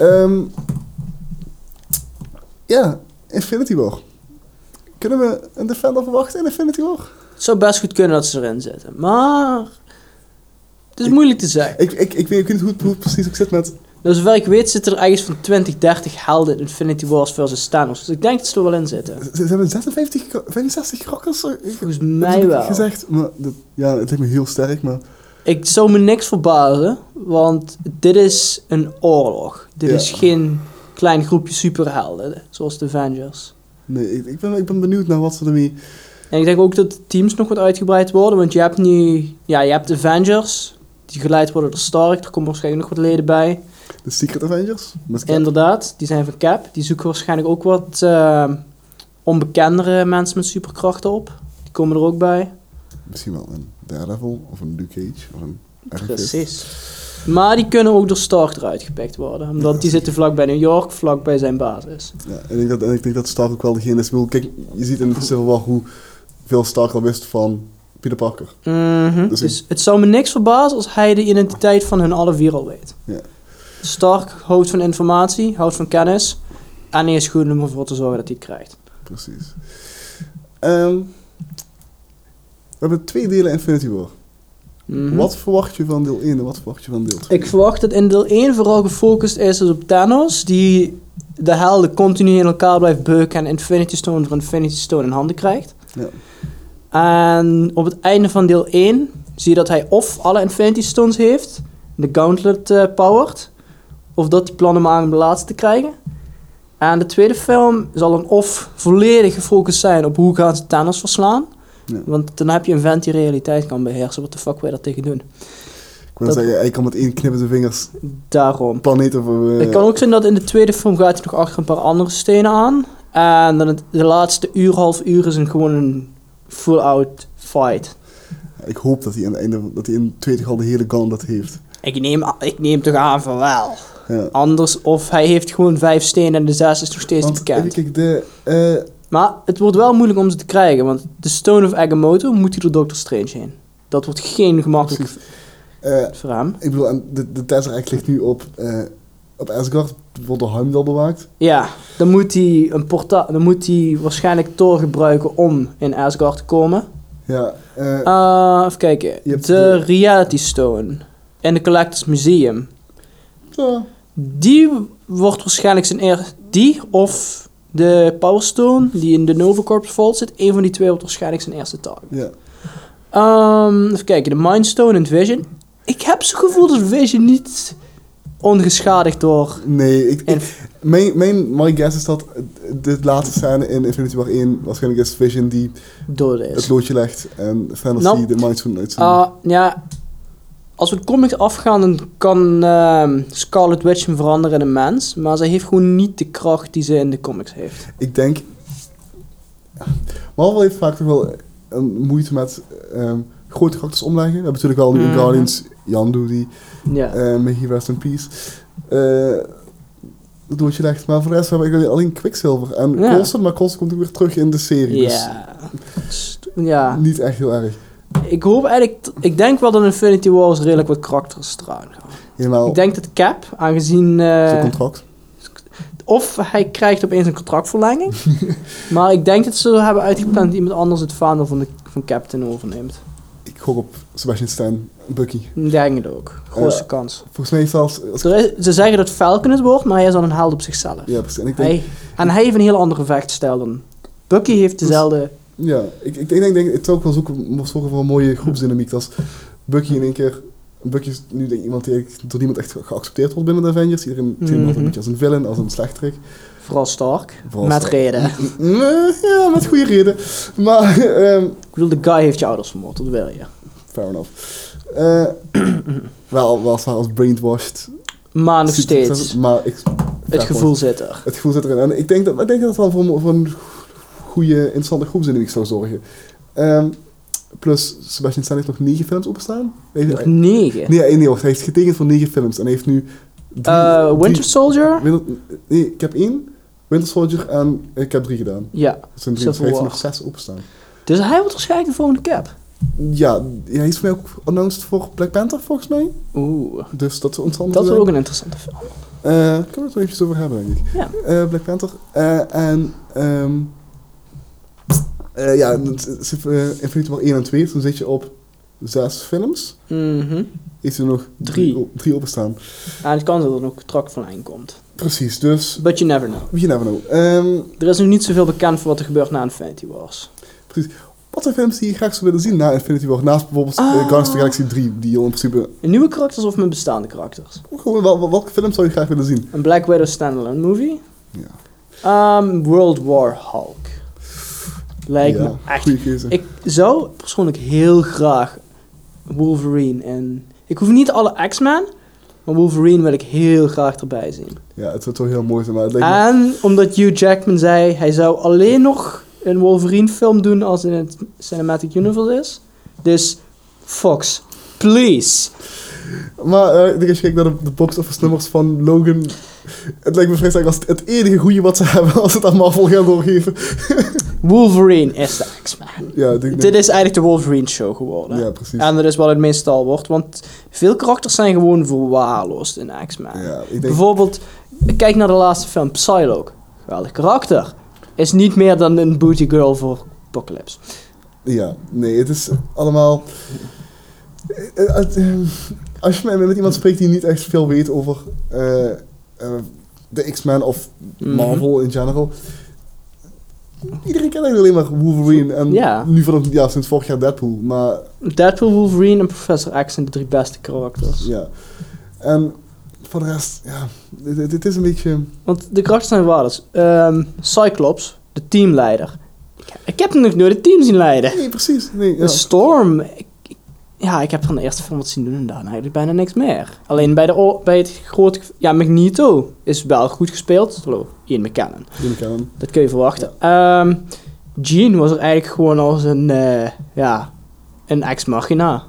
Infinity War. Kunnen we een Defender verwachten in Infinity War? Het zou best goed kunnen dat ze erin zitten, maar het is moeilijk te zeggen. Ik weet niet hoe het precies ook zit met... Nou, zover ik weet zitten er ergens van 20, 30 helden in Infinity Wars versus Thanos. Dus ik denk dat ze er wel in zitten. Ze hebben 65 krakkers? Volgens mij wel. Gezegd, maar het lijkt me heel sterk, maar... Ik zou me niks verbazen, want dit is een oorlog. Dit is geen klein groepje superhelden, zoals de Avengers. Nee, ik ben benieuwd naar wat ze ermee... En ik denk ook dat de teams nog wat uitgebreid worden, want je hebt nu... Ja, je hebt de Avengers, die geleid worden door Stark. Er komen waarschijnlijk nog wat leden bij. De Secret Avengers? Inderdaad, die zijn van Cap. Die zoeken waarschijnlijk ook wat onbekendere mensen met superkrachten op. Die komen er ook bij. Misschien wel een Daredevil of een Luke Cage of een Iron Fist. Precies. Maar die kunnen ook door Stark eruit gepikt worden. Omdat die zitten vlakbij New York, vlakbij zijn basis. Ja, en ik denk dat Stark ook wel degene is. Kijk, je ziet in de Civil War hoe veel Stark al wist van Peter Parker. Dus het zou me niks verbazen als hij de identiteit van hun alle vier al weet. Ja. Stark houdt van informatie, houdt van kennis. En hij is goed om ervoor te zorgen dat hij het krijgt. Precies. We hebben 2 delen Infinity War. Wat verwacht je van deel 1 en wat verwacht je van deel 2? Ik verwacht dat in deel 1 vooral gefocust is op Thanos, die de helden continu in elkaar blijft beuken en Infinity Stone voor Infinity Stone in handen krijgt. Ja. En op het einde van deel 1 zie je dat hij of alle Infinity Stones heeft, de Gauntlet powered, of dat hij plannen maakt om de laatste te krijgen. En de tweede film zal dan of volledig gefocust zijn op hoe gaan ze Thanos verslaan. Ja. Want dan heb je een vent die realiteit kan beheersen. Wat de fuck wil je daar tegen doen? Ik wil zeggen, hij kan met 1 knip zijn vingers daarom planeten voor... Het kan ook zijn dat in de tweede film gaat hij nog achter een paar andere stenen aan. En dan de laatste half uur is gewoon een full-out fight. Ik hoop dat hij aan het einde, dat hij in 20 al de hele gauntlet heeft. Ik neem toch aan van wel. Ja. Anders, of hij heeft gewoon 5 stenen en de 6 is nog steeds niet bekend. Kijk, maar het wordt wel moeilijk om ze te krijgen, want de Stone of Agamotto moet hij door Doctor Strange heen. Dat wordt geen gemakkelijk voor hem. Ik bedoel, de Tesseract ligt nu op Asgard, wordt door Heimdall bewaakt. Ja, dan moet hij waarschijnlijk Thor gebruiken om in Asgard te komen. Ja. Even kijken. De Reality Stone in de Collectors Museum. Ja. Die wordt waarschijnlijk zijn eerste... Die of de Power Stone, die in de Nova Corps Vault zit. Een van die twee wordt waarschijnlijk zijn eerste target. Ja. Even kijken. De Mind Stone en Vision. Ik heb zo'n gevoel dat Vision niet ongeschadigd door... Nee, my guess is dat de laatste scène in Infinity War 1 waarschijnlijk is Vision die het loodje legt en Thanos die de Mind Stone uitzoekt. Ja, als we de comics afgaan, dan kan Scarlet Witch hem veranderen in een mens, maar zij heeft gewoon niet de kracht die ze in de comics heeft. Ik denk... Marvel heeft vaak toch wel een moeite met grote karakters omleggen. We hebben natuurlijk wel nu in Guardians Yondu die... May he rest in peace. doe wat je dacht. Maar voor de rest heb ik alleen Quicksilver en Coulson. Maar Coulson komt ook weer terug in de serie. Ja. Dus, niet echt heel erg. Ik hoop eigenlijk... Ik denk wel dat Infinity Wars redelijk wat karakters eraan gaan. Helemaal. Ik denk dat Cap, aangezien... zijn contract. Of hij krijgt opeens een contractverlenging. Maar ik denk dat ze hebben uitgepland dat iemand anders het vaandel van Captain overneemt. Ik gok op Sebastian Stan, Bucky. Ik denk het ook. Grootste kans. Volgens mij zelfs... Ze zeggen dat Falcon het wordt, maar hij is dan een held op zichzelf. Ja, precies. En, ik denk, hij heeft een heel andere vechtstijl dan... Bucky heeft dezelfde... Ja, ik denk het zou ook wel zorgen voor een mooie groepsdynamiek. Als Bucky in één keer... Bucky is nu denk ik iemand die door niemand echt geaccepteerd wordt binnen de Avengers. Iedereen ziet hem altijd een beetje als een villain, als een slechterik. Vooral Stark. Met reden. Ja, met goede reden. Maar... ik bedoel, de guy heeft je ouders vermoord, dat wil je. Fair enough. Wel als brainwashed. Maar nog steeds. Maar het gevoel zit er. Het gevoel zit erin. En ik denk dat het wel voor een goede, interessante groepsdynamiek zou zorgen. Plus, Sebastian Stan heeft nog 9 films openstaan. Nog 9? Nee, wacht. Hij heeft getekend voor 9 films. En hij heeft nu... Winter Soldier? Nee, ik heb 1. Winter Soldier en ik heb 3 gedaan. Ja. Dus hij heeft nog 6 openstaan. Dus hij wordt waarschijnlijk de volgende Cap. Ja, hij is voor mij ook announced voor Black Panther, volgens mij. Oeh. Dus dat is interessant. Dat is ook een interessante film. Kunnen we het er eventjes over hebben, denk ik. Ja. Black Panther. Infinity War 1 en 2, dus dan zit je op 6 films. Heeft er nog 3 openstaan. En het kan dat er nog contractverlenging komt. Precies, dus... But you never know. You never know. Er is nog niet zoveel bekend van wat er gebeurt na Infinity Wars. Precies. Wat zijn films die je graag zou willen zien na Infinity War? Naast bijvoorbeeld Guardians of the Galaxy 3, die in principe... Nieuwe karakters of met bestaande karakters? Welke films zou je graag willen zien? Een Black Widow standalone movie? Ja. World War Hulk. Lijkt me echt... Goeie keuze. Ik zou persoonlijk heel graag Wolverine en... Ik hoef niet alle X-Men, maar Wolverine wil ik heel graag erbij zien. Ja, het zou heel mooi zijn, maar het lijkt me... Omdat Hugh Jackman zei, hij zou alleen nog een Wolverine film doen als in het Cinematic Universe is. Dus, Fox, please. Maar als je kijkt naar de box-office nummers van Logan... Het lijkt me vrij sterk als het enige goede wat ze hebben als het aan Marvel gaan doorgeven. Wolverine is de X-Men. Ja, dit is eigenlijk de Wolverine show geworden. Ja, precies. En dat is wat het meestal wordt, want veel karakters zijn gewoon verwaarloosd in X-Men. Ja, Bijvoorbeeld, kijk naar de laatste film, Psylocke. Geweldig karakter. Is niet meer dan een booty girl voor Apocalypse. Ja, nee, het is allemaal... Als je met iemand spreekt die niet echt veel weet over de X-Men of Marvel in general... Iedereen kent eigenlijk alleen maar Wolverine en nu sinds vorig jaar Deadpool, maar... Deadpool, Wolverine en Professor X zijn de 3 beste karakters. Ja. En voor de rest, ja, dit is een beetje... Want de karakters zijn waardes. Cyclops, de teamleider. Ik heb hem nog nooit het team zien leiden. Nee, precies. Nee, ja. Storm, ik heb van de eerste film wat zien doen en daarna eigenlijk bijna niks meer. Alleen bij het grote... Ja, Magneto is wel goed gespeeld. Hallo, Ian McKellen. Dat kun je verwachten. Ja. Jean was er eigenlijk gewoon als een ex-machina.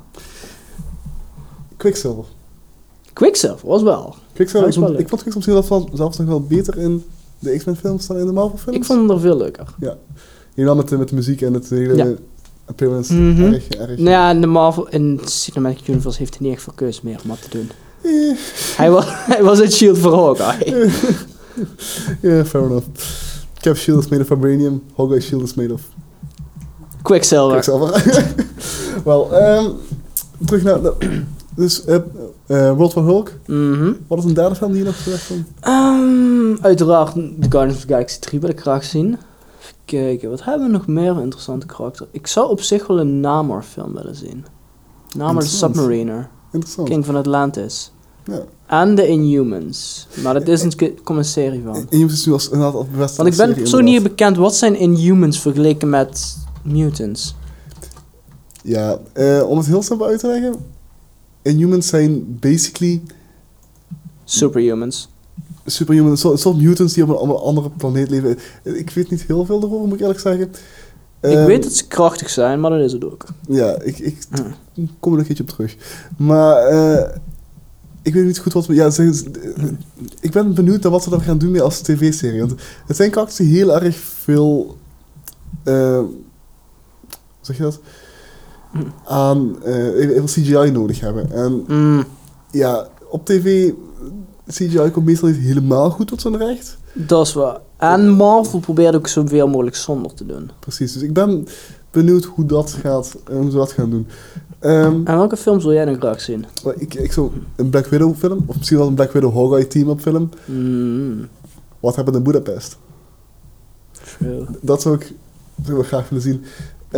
Quicksilver was wel. Ik vond Quicksilver zelfs nog wel beter in de X-Men films dan in de Marvel films. Ik vond hem er veel leuker. Ja. Helemaal met de muziek en het hele... appearance, erg. Nou ja, in de Marvel en Cinematic Universe heeft hij niet echt veel keuze meer om wat te doen. Hij was het shield voor Hawkeye. Ja, fair enough. Cap shield is made of vibranium, Hawkeye shield is made of... Quicksilver. Wel, terug naar... Dus, World War Hulk. Wat is een derde film die je nog gezegd van? Uiteraard The Guardians of the Galaxy 3 wil ik graag zien. Kijken, wat hebben we nog meer interessante karakters? Ik zou op zich wel een Namor film willen zien. Namor de Submariner. Interessant. King van Atlantis. Ja. En de Inhumans. Maar dat is komt een serie van. Inhumans is nu als inderdaad best. Want ik ben zo niet bekend, wat zijn Inhumans vergeleken met mutants? Ja, om het heel simpel uit te leggen. Inhumans zijn basically... Superhumans. Een soort mutants die op een andere planeet leven. Ik weet niet heel veel erover, moet ik eerlijk zeggen. Ik weet dat ze krachtig zijn, maar dat is het ook. Ja, ik kom er een keertje op terug. Maar ik weet niet goed wat... ik ben benieuwd naar wat ze dan gaan doen mee als tv-serie. Want het zijn karakters die heel erg veel... hoe zeg je dat? Aan veel CGI nodig hebben. En ja, op tv... CGI komt meestal niet helemaal goed tot zijn recht. Dat is waar. En Marvel probeert ook zoveel mogelijk zonder te doen. Precies, dus ik ben benieuwd hoe ze dat gaan doen. En welke film wil jij dan graag zien? Ik zou een Black Widow film, of misschien wel een Black Widow Hawkeye team-up film. Wat hebben in Budapest? True. Dat zou ik graag willen zien.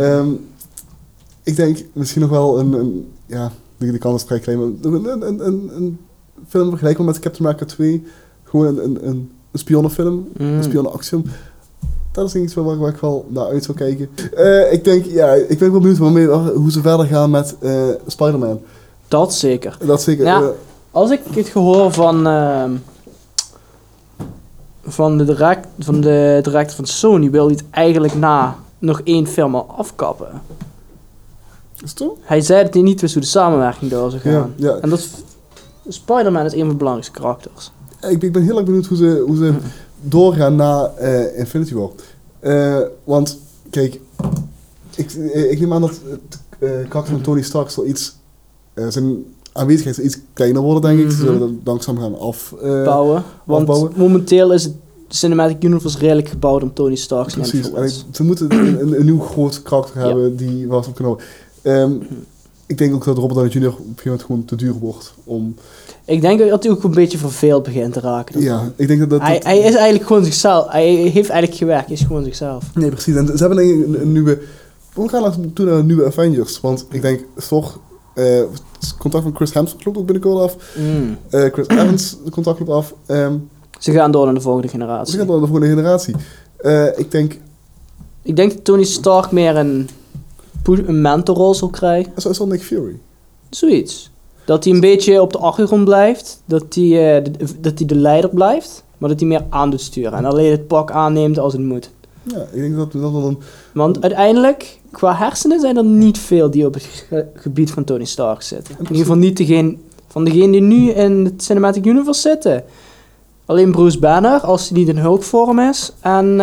Ik denk misschien nog wel die kans is vrij klein, maar een film vergelijkbaar met Captain America 2. Gewoon een spionnenfilm, een spionnenactiefilm. Dat is iets waar ik wel naar uit zou kijken. Ik ben wel benieuwd hoe ze verder gaan met Spider-Man. Dat zeker. Dat zeker. Ja, als ik het gehoor van de director van Sony wil hij het eigenlijk na nog 1 film al afkappen. Is het zo? Hij zei dat hij niet wist hoe de samenwerking door zou gaan. Ja. En Spider-Man is een van de belangrijkste karakters. Ik ben heel erg benieuwd hoe ze doorgaan na Infinity War. Want, kijk, ik neem aan dat het karakter van Tony Stark zal zijn aanwezigheid zal iets kleiner worden, denk ik. Ze zullen dat langzaam gaan afbouwen. Want momenteel is het Cinematic Universe redelijk gebouwd om Tony Stark zijn. Precies, ze moeten een nieuw groot karakter hebben die waar ze op kunnen houden. Ik denk ook dat Robert Downey Jr. op een gegeven moment gewoon te duur wordt om... Ik denk dat hij ook een beetje verveeld begint te raken. Ja, ik denk dat... Hij is eigenlijk gewoon zichzelf. Hij heeft eigenlijk gewerkt, hij is gewoon zichzelf. Nee, precies. En ze hebben een nieuwe... We gaan naartoe naar een nieuwe Avengers. Want ik denk, Thor... het contract van Chris Hemsworth loopt ook binnenkort af. Chris Evans, het contract loopt af. Ze gaan door naar de volgende generatie. Ik denk dat Tony Stark meer een mentorrol zal krijgen. Zoals Nick Fury. Zoiets. Dat hij een beetje op de achtergrond blijft. Dat hij de leider blijft. Maar dat hij meer aan doet sturen. En alleen het pak aanneemt als het moet. Ja, ik denk dat wel een... Want uiteindelijk, qua hersenen zijn er niet veel die op het gebied van Tony Stark zitten. In ieder geval niet van degenen die nu in het Cinematic Universe zitten. Alleen Bruce Banner, als hij niet in Hulk-vorm is. En...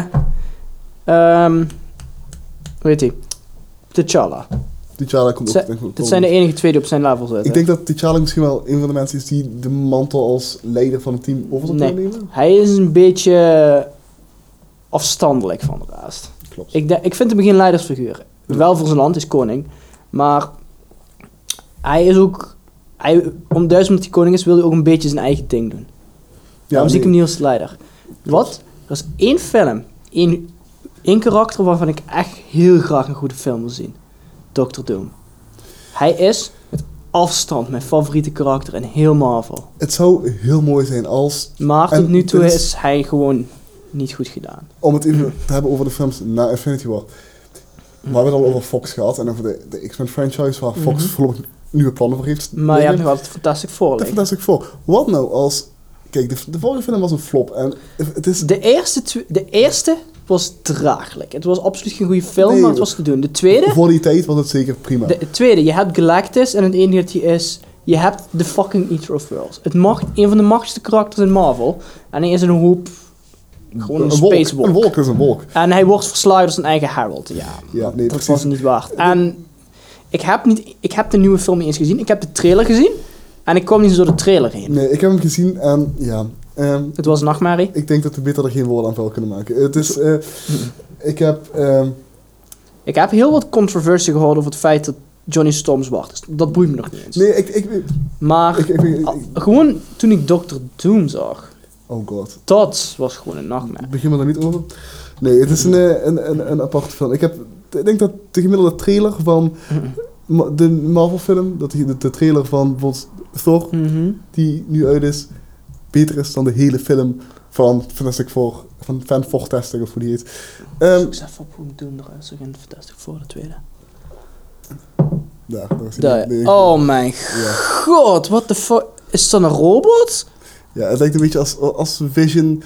hoe heet hij? T'Challa. T'Challa komt ook. Dit zijn de enige 2 die op zijn level zitten. Ik denk dat T'Challa misschien wel een van de mensen is die de mantel als leider van het team over zal kunnen nemen. Hij is een beetje afstandelijk van de rest. Klopt. Ik vind hem geen leidersfiguur. Wel voor zijn land, is koning. Maar hij is ook... omdat hij koning is, wil hij ook een beetje zijn eigen ding doen. Daarom zie ik hem niet als leider. Wat? Er is 1 film. 1 karakter waarvan ik echt heel graag een goede film wil zien. Dr. Doom. Hij is met afstand mijn favoriete karakter in heel Marvel. Het zou heel mooi zijn als... Maar tot nu toe is hij gewoon niet goed gedaan. Om het even te hebben over de films na Infinity War. We hebben het al over Fox gehad en over de X-Men franchise, waar Fox voorlopig nieuwe plannen voor heeft. Maar je hebt nog altijd Fantastic Four. De Fantastic Four. Wat nou als... Kijk, de vorige film was een flop en het is... De eerste was draaglijk. Het was absoluut geen goede film, maar het was te doen. De tweede... Voor die tijd was het zeker prima. De tweede, je hebt Galactus en het enige is... Je hebt de fucking Eater of Worlds. Een van de machtigste karakters in Marvel. En hij is een hoop... Gewoon een space walk. Een wolk is een wolk. En hij wordt verslagen door zijn eigen Herald. Ja, nee, dat precies. was niet waard. En ik heb de nieuwe film niet eens gezien. Ik heb de trailer gezien. En ik kwam niet zo door de trailer heen. Nee, ik heb hem gezien en ja... het was een nachtmerrie. Ik denk dat we beter er geen woorden aan vuil kunnen maken. Het is... Ik heb heel wat controversie gehoord over het feit dat Johnny Storm zwart is. Dat boeit me nog niet eens. Nee, maar gewoon toen ik Dr. Doom zag... Oh god. Dat was gewoon een nachtmerrie. Begin we daar niet over? Nee, het is een aparte film. Ik denk dat de gemiddelde trailer van de Marvel film, dat de trailer van bijvoorbeeld Thor, die nu uit is, beter is dan de hele film van Fantastic Four, van Fan Fantastic of hoe die heet. Ik zeg even op hoe Doom eruit zag in Fantastic Four, de tweede. Daar. Oh mijn god, what the fuck? Is dat een robot? Ja, het lijkt een beetje als Vision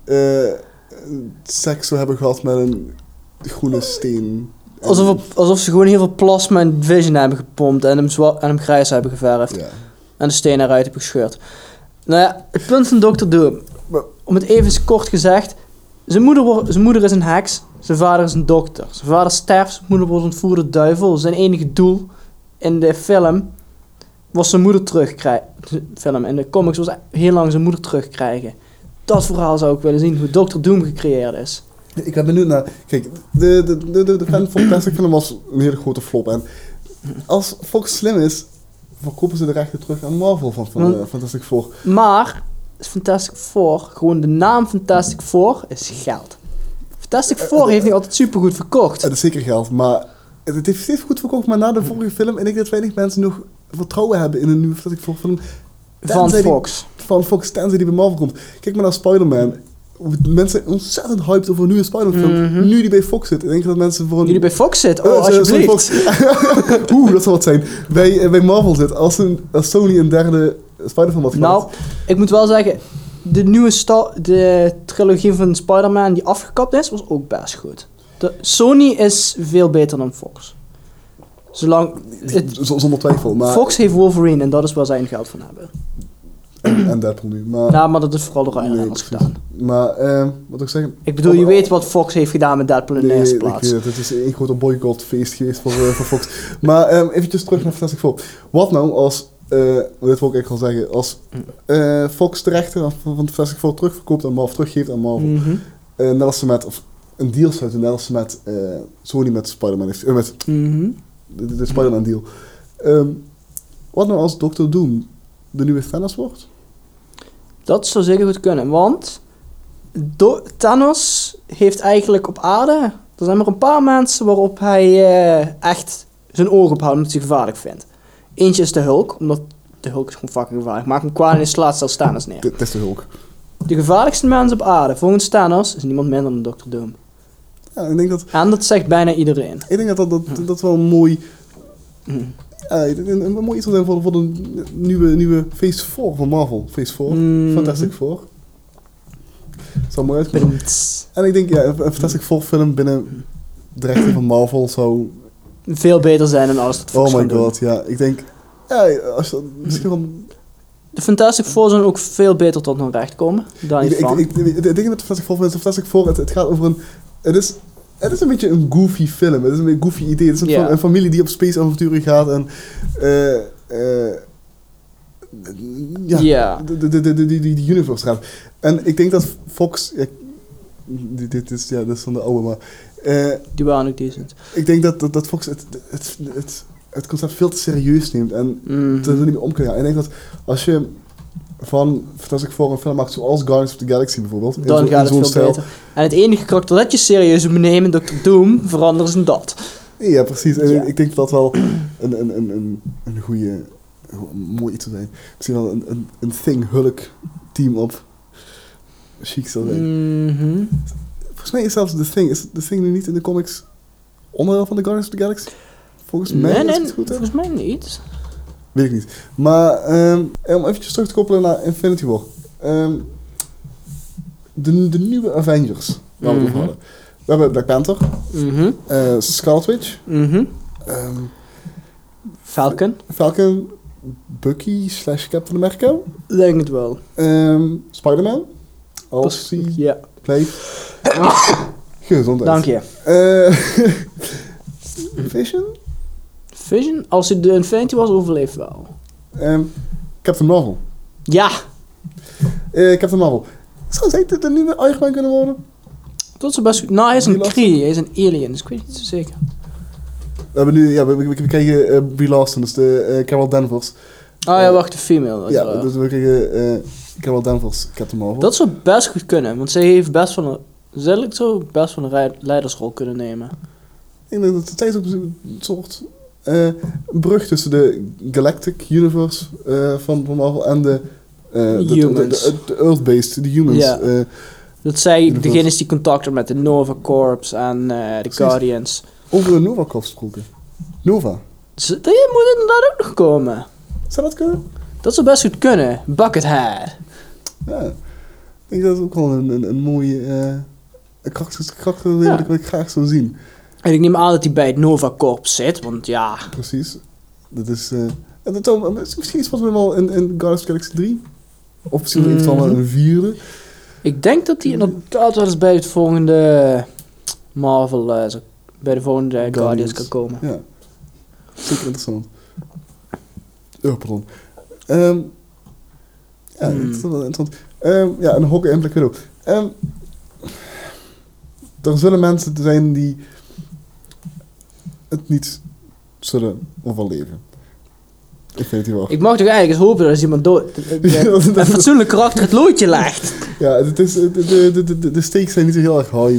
seks zou hebben gehad met een groene steen. Alsof ze gewoon heel veel plasma en Vision hebben gepompt en hem grijs hebben geverfd. Ja. en de steen eruit heb gescheurd. Nou ja, het punt van Dr. Doom. Om het even kort gezegd. Zijn moeder is een heks. Zijn vader is een dokter. Zijn vader sterft. Zijn moeder wordt ontvoerd door de duivel. Zijn enige doel in de film was zijn moeder terugkrijgen. In de comics was heel lang zijn moeder terugkrijgen. Dat verhaal zou ik willen zien. Hoe Dr. Doom gecreëerd is. Ik ben benieuwd naar... Kijk, de Fantastic film was een hele grote flop. En als Fox slim is, verkopen ze de rechten terug aan Marvel van Fantastic Four. Maar Fantastic Four, gewoon de naam Fantastic Four, is geld. Fantastic Four heeft niet altijd supergoed verkocht. Het is zeker geld, maar het heeft steeds goed verkocht. Maar na de vorige film, en ik denk dat weinig mensen nog vertrouwen hebben in een nieuwe Fantastic Four film. Van Fox. Van Fox, tenzij die bij Marvel komt. Kijk maar naar Spider-Man. Mensen zijn ontzettend hyped over een nieuwe Spider-Man film. Nu die bij Fox zit. Ik denk dat mensen voor een... Nu die bij Fox zit? Oh, alsjeblieft. Dat zal wat zijn. Bij Marvel zit. Als Sony een derde Spider-Man had gemaakt. Nou, ik moet wel zeggen... De trilogie van Spider-Man die afgekapt is, was ook best goed. Sony is veel beter dan Fox. Zonder twijfel. Maar Fox heeft Wolverine en dat is waar zij hun geld van hebben. En Deadpool nu. Maar, nou, maar dat is vooral door Ryan Reynolds gedaan. Maar, wat ik zeggen... Ik bedoel, je weet wat Fox heeft gedaan met Deadpool in de eerste plaats. Het is een grote boycottfeest geweest voor Fox. Maar eventjes terug naar Fantastic Four. Wat nou als... dit wil ik eigenlijk al zeggen. Als Fox de rechten van Fantastic Four terugverkoopt aan Marvel, teruggeeft aan Marvel. Net als ze met... Of een deal sluiten, net als ze met Sony met Spider-Man heeft... met de Spider-Man deal. Wat nou als Dr. Doom de nieuwe Thanos wordt? Dat zou zeker goed kunnen, want Thanos heeft eigenlijk op aarde... Er zijn maar een paar mensen waarop hij echt zijn ogen ophoudt omdat hij gevaarlijk vindt. Eentje is de Hulk, omdat de Hulk is gewoon fucking gevaarlijk. Maak hem kwaad en slaat zelfs Thanos neer. Het is de Hulk. De gevaarlijkste mens op aarde, volgens Thanos, is niemand minder dan Dr. Doom. Ja, ik denk dat... En dat zegt bijna iedereen. Ik denk dat wel een mooi... een mooi iets zijn voor de nieuwe Phase 4 van Marvel. Phase 4, Fantastic Four. Zou mooi uitkomen. En ik denk, een Fantastic Four film binnen de rechten van Marvel zou... veel beter zijn dan alles dat Fox Oh my god, ja. Ik denk... als je misschien wel... De Fantastic Four zijn ook veel beter tot hun recht komen. Daar niet van. Ik denk dat Fantastic Four het gaat over een... Het is een beetje een goofy film. Het is een beetje een goofy idee. Het is een familie die op space avonturen gaat en... die universe gaat. En ik denk dat Fox... dit is van de oude, maar... die waren ook decent. Ik denk dat Fox het concept veel te serieus neemt en er niet meer om kan gaan. Ik denk dat als je van Fantastic Four een film maakt zoals Guardians of the Galaxy bijvoorbeeld... Dan gaat het veel beter. En het enige karakter dat je serieus moet nemen, Dr. Doom, veranderen ze in dat. Ja, precies. En ik denk dat wel een goede... mooi iets zou zijn. Misschien wel een Thing Hulk team op chic zou zijn. Volgens mij is zelfs is The Thing nu niet in de comics onderdeel van de Guardians of the Galaxy? Volgens mij nee, het goed, volgens mij niet. Weet ik niet. Maar om eventjes terug te koppelen naar Infinity War. De nieuwe Avengers, waar we het over hadden. We hebben Black Panther, Scarlet Witch, Falcon, Bucky / Captain America. Denk het wel. Spider-Man, als hij blijft. Gezondheid. Dank je. Vision? Als hij de Infinity was, overleeft wel. Captain Marvel. Ja. Captain Marvel. Zou zij de nieuwe Iron Man kunnen worden? Dat is best goed. Nou, hij is een Kree. Hij is een alien. Dus ik weet niet zo zeker. We hebben nu... Ja, we krijgen Brie Larson. Dus de Carol Danvers. Wacht. De female. Ja, dus we krijgen Carol Danvers, Captain Marvel. Dat zou best goed kunnen. Want zij heeft best van een... Zij zou best van een leidersrol kunnen nemen. Ik denk dat zij ook een soort... brug tussen de Galactic Universe van Marvel en de Earth-based, de humans. Ja. Dat zij degene is die contacten met de Nova Corps en de Guardians. Over de Nova Corps gesproken. Nova. Dat moet inderdaad ook nog komen. Zou dat kunnen? Dat zou best goed kunnen. Buckethead. Ja. Ik denk dat is ook wel een mooie karakter wat ik graag zou zien. En ik neem aan dat hij bij het Nova Corps zit, want ja... Precies. Dat is Misschien iets wat we wel in Guardians of the Galaxy 3. Of misschien in ieder geval een 4e. Ik denk dat die inderdaad wel eens bij het volgende Marvel, bij de volgende Guardians kan komen. Ja, zeker interessant. Pardon. Ja, dat is wel interessant. En Hawkeye en Black Widow. Er zullen mensen zijn die het niet zullen overleven. Ik weet het niet waar. Ik mag toch eigenlijk eens hopen dat als iemand dood... een fatsoenlijk karakter het loodje legt. Ja, het is, de stakes zijn niet zo heel erg high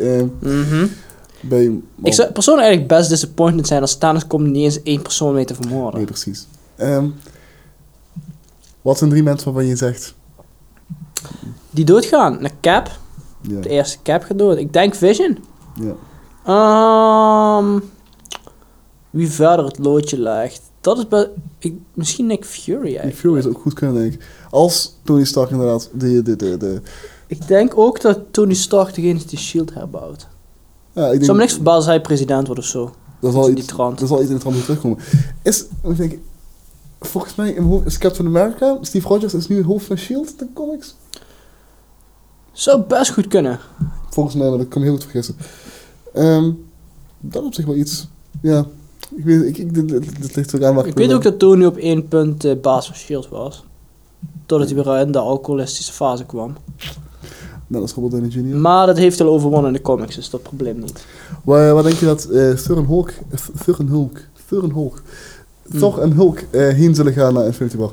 bij ik zou persoonlijk eigenlijk best disappointed zijn als Thanos komt niet eens 1 persoon mee te vermoorden. Nee, precies. Wat zijn 3 mensen waarvan je zegt... Die doodgaan? Naar Cap. Ja. De eerste Cap gaat dood. Ik denk Vision. Ja. Wie verder het loodje legt. Dat is misschien Nick Fury eigenlijk. Nick Fury is ook goed kunnen, denk ik. Als Tony Stark inderdaad de... Ik denk ook dat Tony Stark degene is die SHIELD herbouwt. Ja, ik denk... Zou me niks verbazen als hij president wordt of zo. Dat zal iets in het rand terugkomen. Volgens mij in mijn hoofd is Captain America, Steve Rogers is nu het hoofd van SHIELD, de comics. Zou best goed kunnen. Volgens mij, maar dat kan me heel goed vergissen. Dat op zich wel iets. Ja, ik weet, dit ligt ook aan waar ik weet ook dat Tony op 1 punt baas van SHIELD was. Totdat hij weer in de alcoholistische fase kwam. Nou, dat is Robert Downey Jr. Maar dat heeft hij al overwonnen in de comics, dus dat probleem niet. Waar denk je dat Thor en Hulk heen zullen gaan naar Infinity War?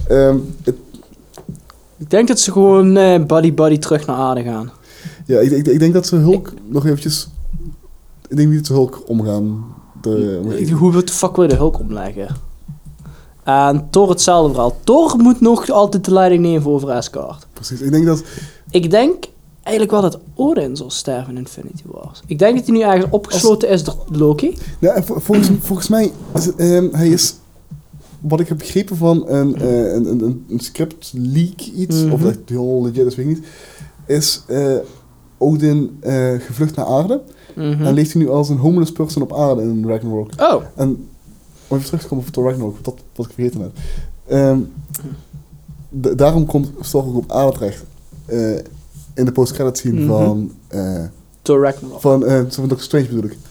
Ik denk dat ze gewoon buddy terug naar aarde gaan. Ja, ik denk dat ze Hulk nog eventjes... Ik denk niet dat ze Hulk omgaan. Hoe de fuck wil je de Hulk omleggen? En Thor hetzelfde verhaal. Thor moet nog altijd de leiding nemen over Asgard. Precies, ik denk eigenlijk wel dat Odin zal sterven in Infinity Wars. Ik denk dat hij nu eigenlijk opgesloten is door Loki. Ja, volgens mij is hij is... Wat ik heb begrepen van een script leak iets, of dat heel legit is, weet ik niet, is Odin gevlucht naar aarde en leeft hij nu als een homeless person op aarde in Ragnarok. Oh. En om even terug te komen op Ragnarok, dat wat ik vergeten heb. Daarom komt Thor ook op aarde terecht in de post-credit scene van Thor Ragnarok. Van Doctor Strange bedoel ik.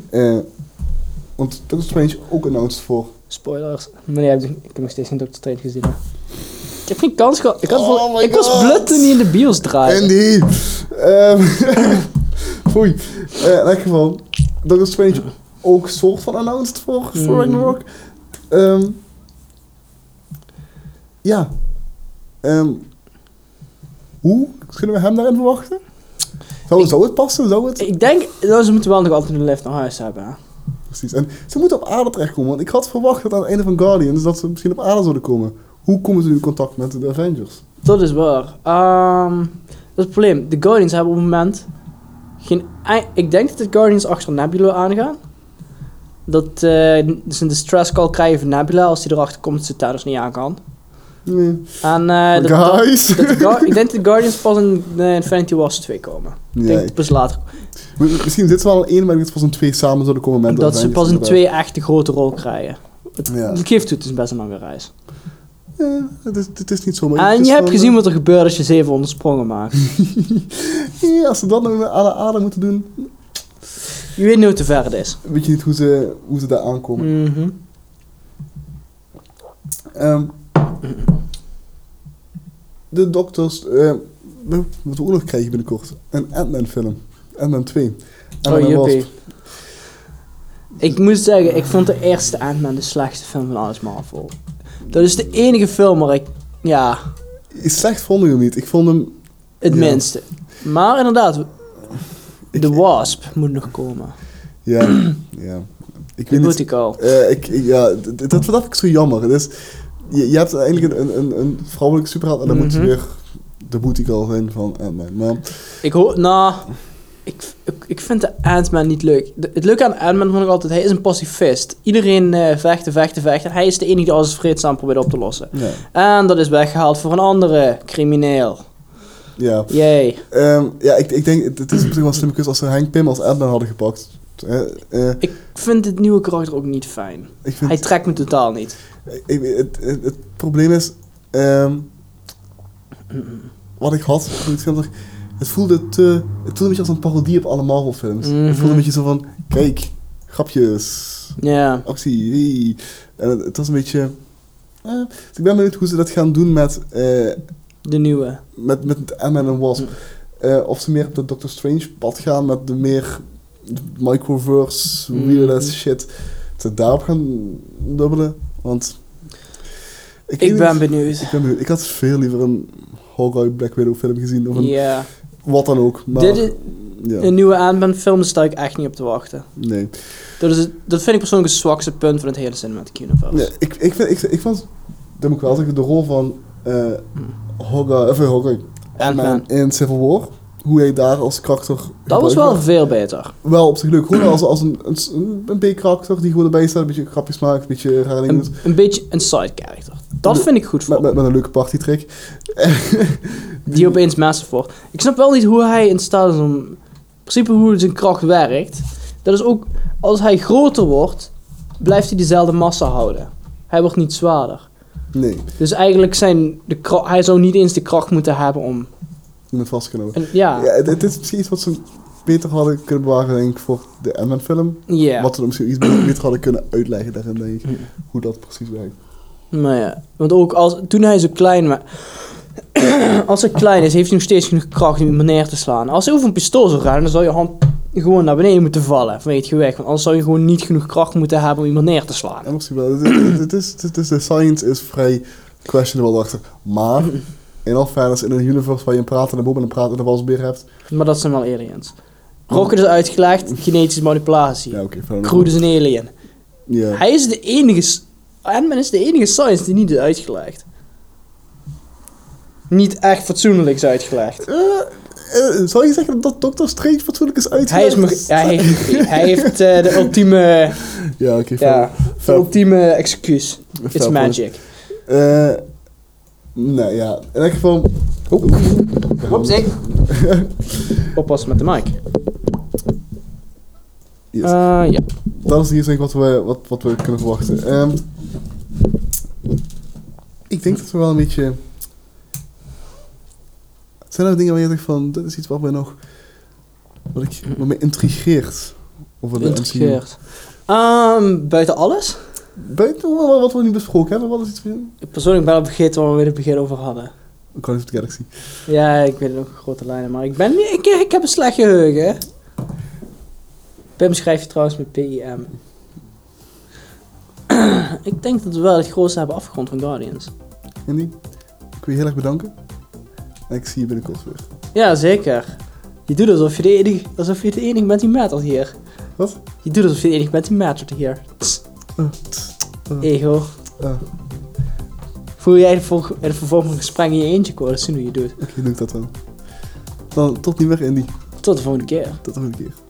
Want Doctor Strange ook announced voor... Spoilers. Maar nee, ik heb nog steeds geen Doctor Strange gezien. Hè. Ik heb geen kans gehad. Ik was blut toen niet in de bios draaien. Andy! Foei. In elk geval, Doctor Strange ook soort van announced voor Ragnarok. Ja. Hoe kunnen we hem daarin verwachten? Zou het passen? Ik denk dat ze moeten wel nog altijd een lift naar huis hebben. Hè? Precies. En ze moeten op aarde terechtkomen. Want ik had verwacht dat aan het einde van Guardians dat ze misschien op aarde zouden komen. Hoe komen ze nu in contact met de Avengers? Dat is waar. Dat is het probleem. De Guardians hebben op het moment geen... Ik denk dat de Guardians achter Nebula aangaan. Dat ze een distress call krijgen van Nebula. Als die erachter komt dat ze Thanos niet aan kan. Nee. En, Guys! Ik denk dat de Guardians pas in Infinity Wars 2 komen. Ik denk dat pas later. Misschien dit is wel een, maar dat pas een 2 samen zouden komen met de dat Avengers. Ze pas een 2 echt een grote rol krijgen. Ja. Het geeft toe, het is best een lange reis. Ja, het is niet zo. Maar en je hebt gezien wat er gebeurt als je 700 sprongen maakt. Ja, als ze dat nou aan de aarde moeten doen... Je weet niet hoe te ver het is. Weet je niet hoe ze daar aankomen. De dokters... we moeten ook nog krijgen binnenkort. Een Ant-Man film. Ant-Man 2. Juppie. Ik moet zeggen, ik vond de eerste Ant-Man de slechtste film van alles Marvel. Dat is de enige film waar ik... Ja... Slecht vond ik hem niet. Ik vond hem... Het minste. Maar inderdaad... De Wasp moet nog komen. Ja. Ik weet niet... dat vind ik zo jammer. Dus, je hebt eigenlijk een vrouwelijke superheld en dan moet je weer de boutique al zijn van Ant-Man. Maar... Ik vind de Ant-Man niet leuk. Het leuke aan Ant-Man vond ik altijd, hij is een pacifist. Iedereen vechten. En hij is de enige die alles vreedzaam probeert op te lossen. Ja. En dat is weggehaald voor een andere crimineel. Ja. Yay. Ik denk, het is op zich wel een slimme kus als ze Hank Pym als Ant-Man hadden gepakt. Ik vind het nieuwe karakter ook niet fijn. Hij trekt me totaal niet. Het probleem is... wat ik had... Het voelde een beetje als een parodie op alle Marvel films. Het voelde een beetje zo van... Kijk, grapjes. Ja. Actie. En het was een beetje... dus ik ben benieuwd hoe ze dat gaan doen met... de nieuwe. Met Ant-Man en Wasp. Of ze meer op de Doctor Strange pad gaan met de meer microverse, weirdest shit. Dat ze daarop gaan dubbelen. Want... Ik ben benieuwd. Ik had veel liever een Hawkeye Black Widow film gezien. Of een wat dan ook. Maar, een nieuwe Ant-Man film sta ik echt niet op te wachten. Nee. Dat vind ik persoonlijk het zwakste punt van het hele Cinematic Universe. Nee, ik vond, dat moet ik wel zeggen, de rol van Hawkeye Ant-Man in Civil War, hoe hij daar als karakter... Dat was wel veel beter. Wel op zich leuk. Gewoon als een B-karakter die gewoon erbij staat, een beetje grapjes maakt, een beetje raar dingen doet. Een beetje een side-character. Dat vind ik goed voor. Met een leuke partytrick. Die opeens massive wordt. Ik snap wel niet hoe hij in staat is om... In principe hoe zijn kracht werkt. Dat is ook... Als hij groter wordt, blijft hij dezelfde massa houden. Hij wordt niet zwaarder. Nee. Dus eigenlijk hij zou niet eens de kracht moeten hebben om... Iemand vast te kunnen houden. Ja. Het is misschien iets wat ze beter hadden kunnen bewaren, denk ik, voor de Ant-Man film. Ja. Wat ze misschien iets beter hadden kunnen uitleggen daarin, denk ik. Hoe dat precies werkt. Nou ja. Want ook toen hij zo klein was... Als hij klein is, heeft hij nog steeds genoeg kracht om iemand neer te slaan. Als hij over een pistool zou gaan, dan zou je hand gewoon naar beneden moeten vallen vanwege het gewicht. Want anders zou je gewoon niet genoeg kracht moeten hebben om iemand neer te slaan. Ja, misschien wel. De science is vrij questionable achter. Maar, in all fairness, in een universe waar je een pratende boom en een pratende wasbeer hebt... Maar dat zijn wel aliens. Rocket is uitgelegd, genetische manipulatie. Ja, oké. Groot is een alien. Ja. Hij is de enige... Ant-Man is de enige science die niet is uitgelegd. Niet echt fatsoenlijk is uitgelegd. Zou je zeggen dat Doctor Strange fatsoenlijk is uitgelegd? Hij heeft de ultieme... Ja, oké. De ultieme excuus. It's magic. Nou ja, in elk geval... Oepsie. Oppassen met de mic. Yes. Ja. Dat is hier denk ik wat we kunnen verwachten. Ik denk dat we wel een beetje... Zijn er dingen waar je denkt van, dit is iets wat me intrigeert over de MCU? Buiten alles? Buiten wat we niet besproken hebben, wat is iets van... Persoonlijk ben ik vergeten waar we in het begin over hadden. Guardians of the Galaxy. Ja, ik weet het ook in grote lijnen, maar ik heb een slecht geheugen. Pim schrijf je trouwens met PIM. Ik denk dat we wel het grootste hebben afgerond van Guardians. Andy, ik wil je heel erg bedanken. En ik zie je binnenkort weer. Ja, zeker. Je doet alsof je de enige bent die mattert hier. Wat? Je doet alsof je de enige bent die mattert hier. Ego. Voel jij het vervolg van een gesprek in je eentje komen? Dat is hoe je doet. Oké, doe ik dat wel. Dan tot niet meer, Andy. Tot de volgende keer. Tot de volgende keer.